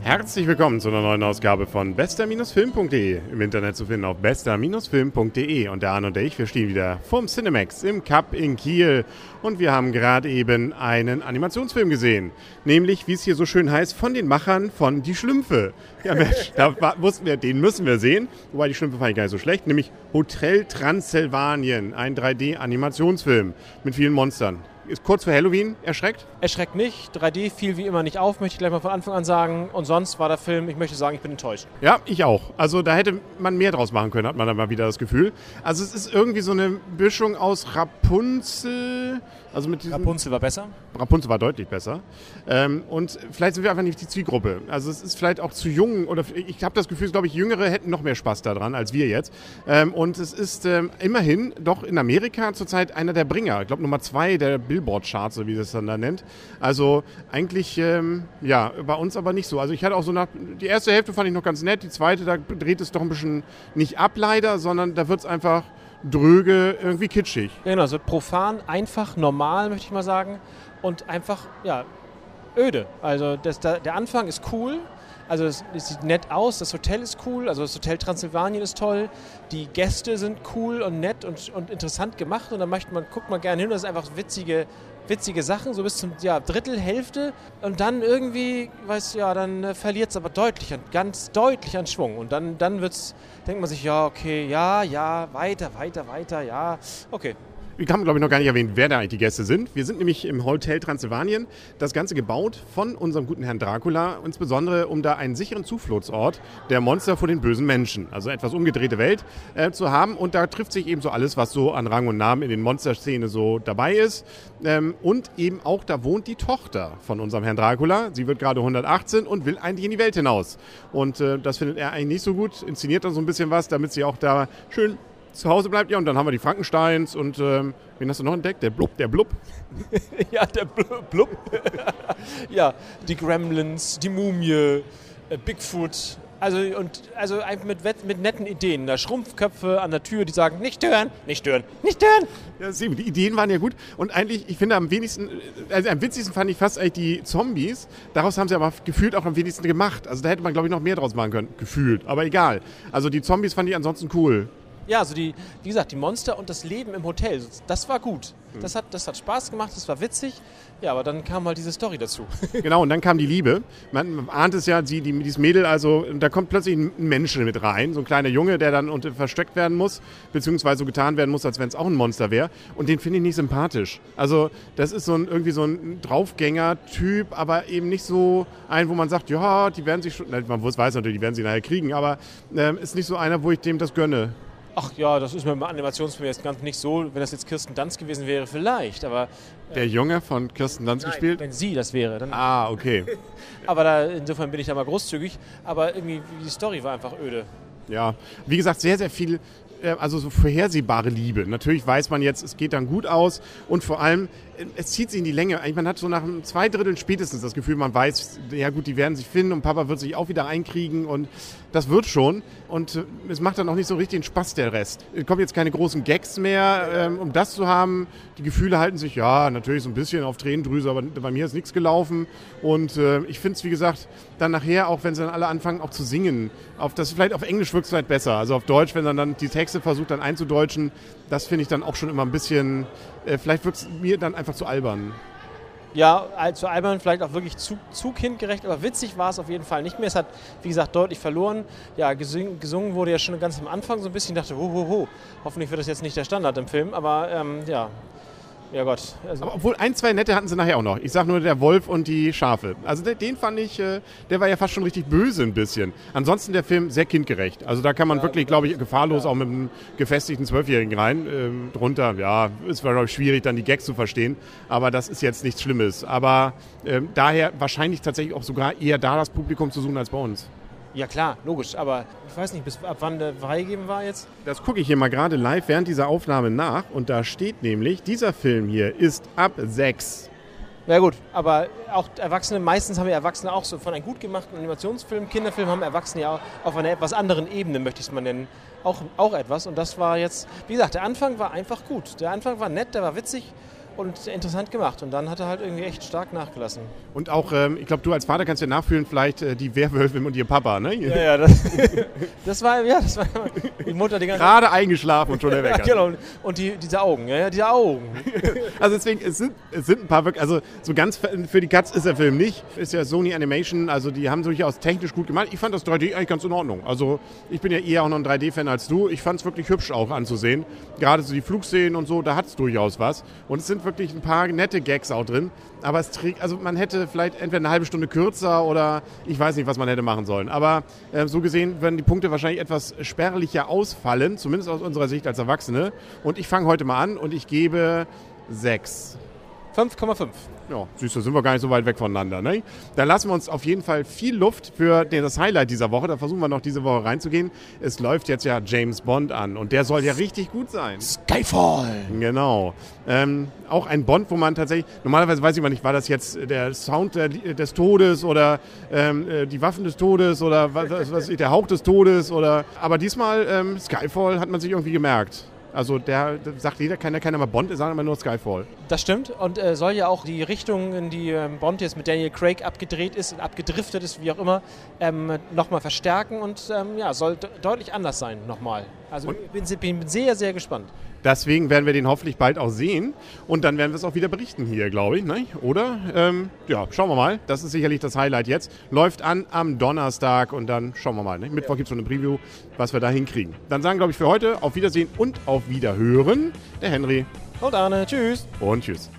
Herzlich willkommen zu einer neuen Ausgabe von bester-film.de. Im Internet zu finden auf bester-film.de. Und der Arne und ich, wir stehen wieder vorm Cinemax im Cup in Kiel. Und wir haben gerade eben einen Animationsfilm gesehen. Nämlich, wie es hier so schön heißt, von den Machern von Die Schlümpfe. Ja Mensch, wussten wir, den müssen wir sehen. Wobei, Die Schlümpfe fand ich gar nicht so schlecht. Nämlich Hotel Transsilvanien, ein 3D-Animationsfilm mit vielen Monstern. Ist kurz vor Halloween erschreckt? Erschreckt nicht. 3D fiel wie immer nicht auf, möchte ich gleich mal von Anfang an sagen. Und sonst war der Film, ich möchte sagen, ich bin enttäuscht. Ja, ich auch. Also da hätte man mehr draus machen können, hat man dann mal wieder das Gefühl. Also es ist irgendwie so eine Mischung aus Rapunzel. Also mit diesem Rapunzel war besser? Rapunzel war deutlich besser. Und vielleicht sind wir einfach nicht die Zielgruppe. Also es ist vielleicht auch zu jung. Oder ich habe das Gefühl, glaube ich, Jüngere hätten noch mehr Spaß daran als wir jetzt. Und es ist immerhin doch in Amerika zurzeit einer der Bringer. Ich glaube Nummer 2 der Billboard-Charts, so wie das dann da nennt. Also eigentlich, bei uns aber nicht so. Also ich hatte auch so die erste Hälfte fand ich noch ganz nett. Die zweite, da dreht es doch ein bisschen nicht ab leider, sondern da wird es einfach dröge, irgendwie kitschig. Ja, genau, so profan, einfach, normal, möchte ich mal sagen. Und einfach, öde. Also der Anfang ist cool. Also es sieht nett aus, das Hotel ist cool, also das Hotel Transsilvanien ist toll, die Gäste sind cool und nett und interessant gemacht und dann guckt man gerne hin, das ist einfach witzige Sachen, so bis zum Drittel, Hälfte und dann irgendwie, dann verliert es aber ganz deutlich an Schwung und dann denkt man sich, weiter, okay. Wir haben, glaube ich, noch gar nicht erwähnt, wer da eigentlich die Gäste sind. Wir sind nämlich im Hotel Transsilvanien. Das Ganze gebaut von unserem guten Herrn Dracula, insbesondere um da einen sicheren Zufluchtsorт der Monster vor den bösen Menschen, also etwas umgedrehte Welt zu haben. Und da trifft sich eben so alles, was so an Rang und Namen in den Monsterszene so dabei ist. Und eben auch da wohnt die Tochter von unserem Herrn Dracula. Sie wird gerade 118 und will eigentlich in die Welt hinaus. Und das findet er eigentlich nicht so gut, inszeniert dann so ein bisschen was, damit sie auch da schön zu Hause bleibt. Ja, und dann haben wir die Frankensteins und wen hast du noch entdeckt? Der Blub. Ja, der Blub. Ja, die Gremlins, die Mumie, Bigfoot. Also einfach mit netten Ideen. Da Schrumpfköpfe an der Tür, die sagen, nicht stören. Ja, die Ideen waren ja gut. Und eigentlich, ich finde am witzigsten fand ich fast eigentlich die Zombies. Daraus haben sie aber gefühlt auch am wenigsten gemacht. Also da hätte man, glaube ich, noch mehr draus machen können. Gefühlt, aber egal. Also die Zombies fand ich ansonsten cool. Ja, also wie gesagt, die Monster und das Leben im Hotel, das war gut. Das hat Spaß gemacht, das war witzig. Ja, aber dann kam halt diese Story dazu. Genau, und dann kam die Liebe. Man ahnt es ja, dieses Mädel, also da kommt plötzlich ein Mensch mit rein, so ein kleiner Junge, der dann versteckt werden muss, beziehungsweise so getan werden muss, als wenn es auch ein Monster wäre. Und den finde ich nicht sympathisch. Also das ist irgendwie so ein Draufgänger-Typ, aber eben nicht so ein, wo man sagt, ja, die werden sich schon, man weiß natürlich, die werden sie nachher kriegen, aber ist nicht so einer, wo ich dem das gönne. Ach ja, das ist mir im Animationsfilm jetzt ganz nicht so, wenn das jetzt Kirsten Dunst gewesen wäre, vielleicht, aber... Der Junge von Kirsten Dunst gespielt? Wenn sie das wäre, dann... Ah, okay. Aber insofern bin ich da mal großzügig, aber irgendwie die Story war einfach öde. Ja, wie gesagt, sehr, sehr viel, also so vorhersehbare Liebe. Natürlich weiß man jetzt, es geht dann gut aus und vor allem, es zieht sich in die Länge. Man hat so nach 2/3 spätestens das Gefühl, man weiß, ja gut, die werden sich finden und Papa wird sich auch wieder einkriegen und das wird schon. Und es macht dann auch nicht so richtig den Spaß, der Rest. Es kommen jetzt keine großen Gags mehr, um das zu haben. Die Gefühle halten sich, ja, natürlich so ein bisschen auf Tränendrüse, aber bei mir ist nichts gelaufen. Und ich finde es, wie gesagt, dann nachher, auch wenn sie dann alle anfangen, auch zu singen, vielleicht auf Englisch wirkt es vielleicht besser. Also auf Deutsch, wenn dann die Texte versucht dann einzudeutschen, das finde ich dann auch schon immer ein bisschen, vielleicht wirkt es mir dann einfach zu albern. Ja, zu albern, vielleicht auch wirklich zu kindgerecht, aber witzig war es auf jeden Fall nicht mehr. Es hat, wie gesagt, deutlich verloren. Ja, gesungen wurde ja schon ganz am Anfang so ein bisschen. Ich dachte, hoffentlich wird das jetzt nicht der Standard im Film, aber ja Gott. Also aber obwohl 1, 2 nette hatten sie nachher auch noch. Ich sag nur der Wolf und die Schafe. Also den fand ich, der war ja fast schon richtig böse ein bisschen. Ansonsten der Film sehr kindgerecht. Also da kann man wirklich, glaube ich, gefahrlos auch mit einem gefestigten 12-Jährigen rein. Drunter, ja, ist wahrscheinlich schwierig, dann die Gags zu verstehen. Aber das ist jetzt nichts Schlimmes. Aber daher wahrscheinlich tatsächlich auch sogar eher da das Publikum zu suchen als bei uns. Ja klar, logisch, aber ich weiß nicht, ab wann der freigegeben war jetzt? Das gucke ich hier mal gerade live während dieser Aufnahme nach und da steht nämlich, dieser Film hier ist ab 6. Ja gut, aber auch Erwachsene, meistens haben ja Erwachsene auch so von einem gut gemachten Animationsfilm, Kinderfilm haben Erwachsene ja auf einer etwas anderen Ebene, möchte ich es mal nennen, auch etwas und das war jetzt, wie gesagt, der Anfang war einfach gut, der Anfang war nett, der war witzig und interessant gemacht. Und dann hat er halt irgendwie echt stark nachgelassen. Und auch, ich glaube, du als Vater kannst ja nachfühlen, vielleicht die Werwölfin und ihr Papa, ne? Ja, das war die Mutter die ganze Zeit. Gerade eingeschlafen und schon der Wecker. Ja, genau. Und diese Augen, diese Augen. Also deswegen, es sind ein paar wirklich, also so ganz für die Katz ist der Film nicht. Ist ja Sony Animation, also die haben durchaus technisch gut gemacht. Ich fand das 3D eigentlich ganz in Ordnung. Also ich bin ja eher auch noch ein 3D-Fan als du. Ich fand es wirklich hübsch auch anzusehen. Gerade so die Flugszenen und so, da hat es durchaus was. Und es sind wirklich ein paar nette Gags auch drin. Aber es trägt, also man hätte vielleicht entweder eine halbe Stunde kürzer oder ich weiß nicht, was man hätte machen sollen. Aber so gesehen werden die Punkte wahrscheinlich etwas spärlicher ausfallen, zumindest aus unserer Sicht als Erwachsene. Und ich fange heute mal an und ich gebe 6. 5,5. Ja, siehst du, sind wir gar nicht so weit weg voneinander. Ne? Da lassen wir uns auf jeden Fall viel Luft für das Highlight dieser Woche. Da versuchen wir noch diese Woche reinzugehen. Es läuft jetzt ja James Bond an und der soll ja richtig gut sein. Skyfall! Genau. Auch ein Bond, wo man tatsächlich, normalerweise weiß ich mal nicht, war das jetzt der Sound des Todes oder die Waffen des Todes oder der Hauch des Todes oder, aber diesmal Skyfall hat man sich irgendwie gemerkt. Also der sagt jeder, keiner mal Bond, sagen immer nur Skyfall. Das stimmt und soll ja auch die Richtung, in die Bond jetzt mit Daniel Craig abgedreht ist und abgedriftet ist, wie auch immer, nochmal verstärken und soll deutlich anders sein nochmal. Also ich bin sehr, sehr gespannt. Deswegen werden wir den hoffentlich bald auch sehen und dann werden wir es auch wieder berichten hier, glaube ich. Ne? Oder? Schauen wir mal. Das ist sicherlich das Highlight jetzt. Läuft an am Donnerstag und dann schauen wir mal. Ne? Mittwoch gibt es schon eine Preview, was wir da hinkriegen. Dann sagen, glaube ich, für heute auf Wiedersehen und auf Wiederhören der Henry. Und Arne. Tschüss. Und tschüss.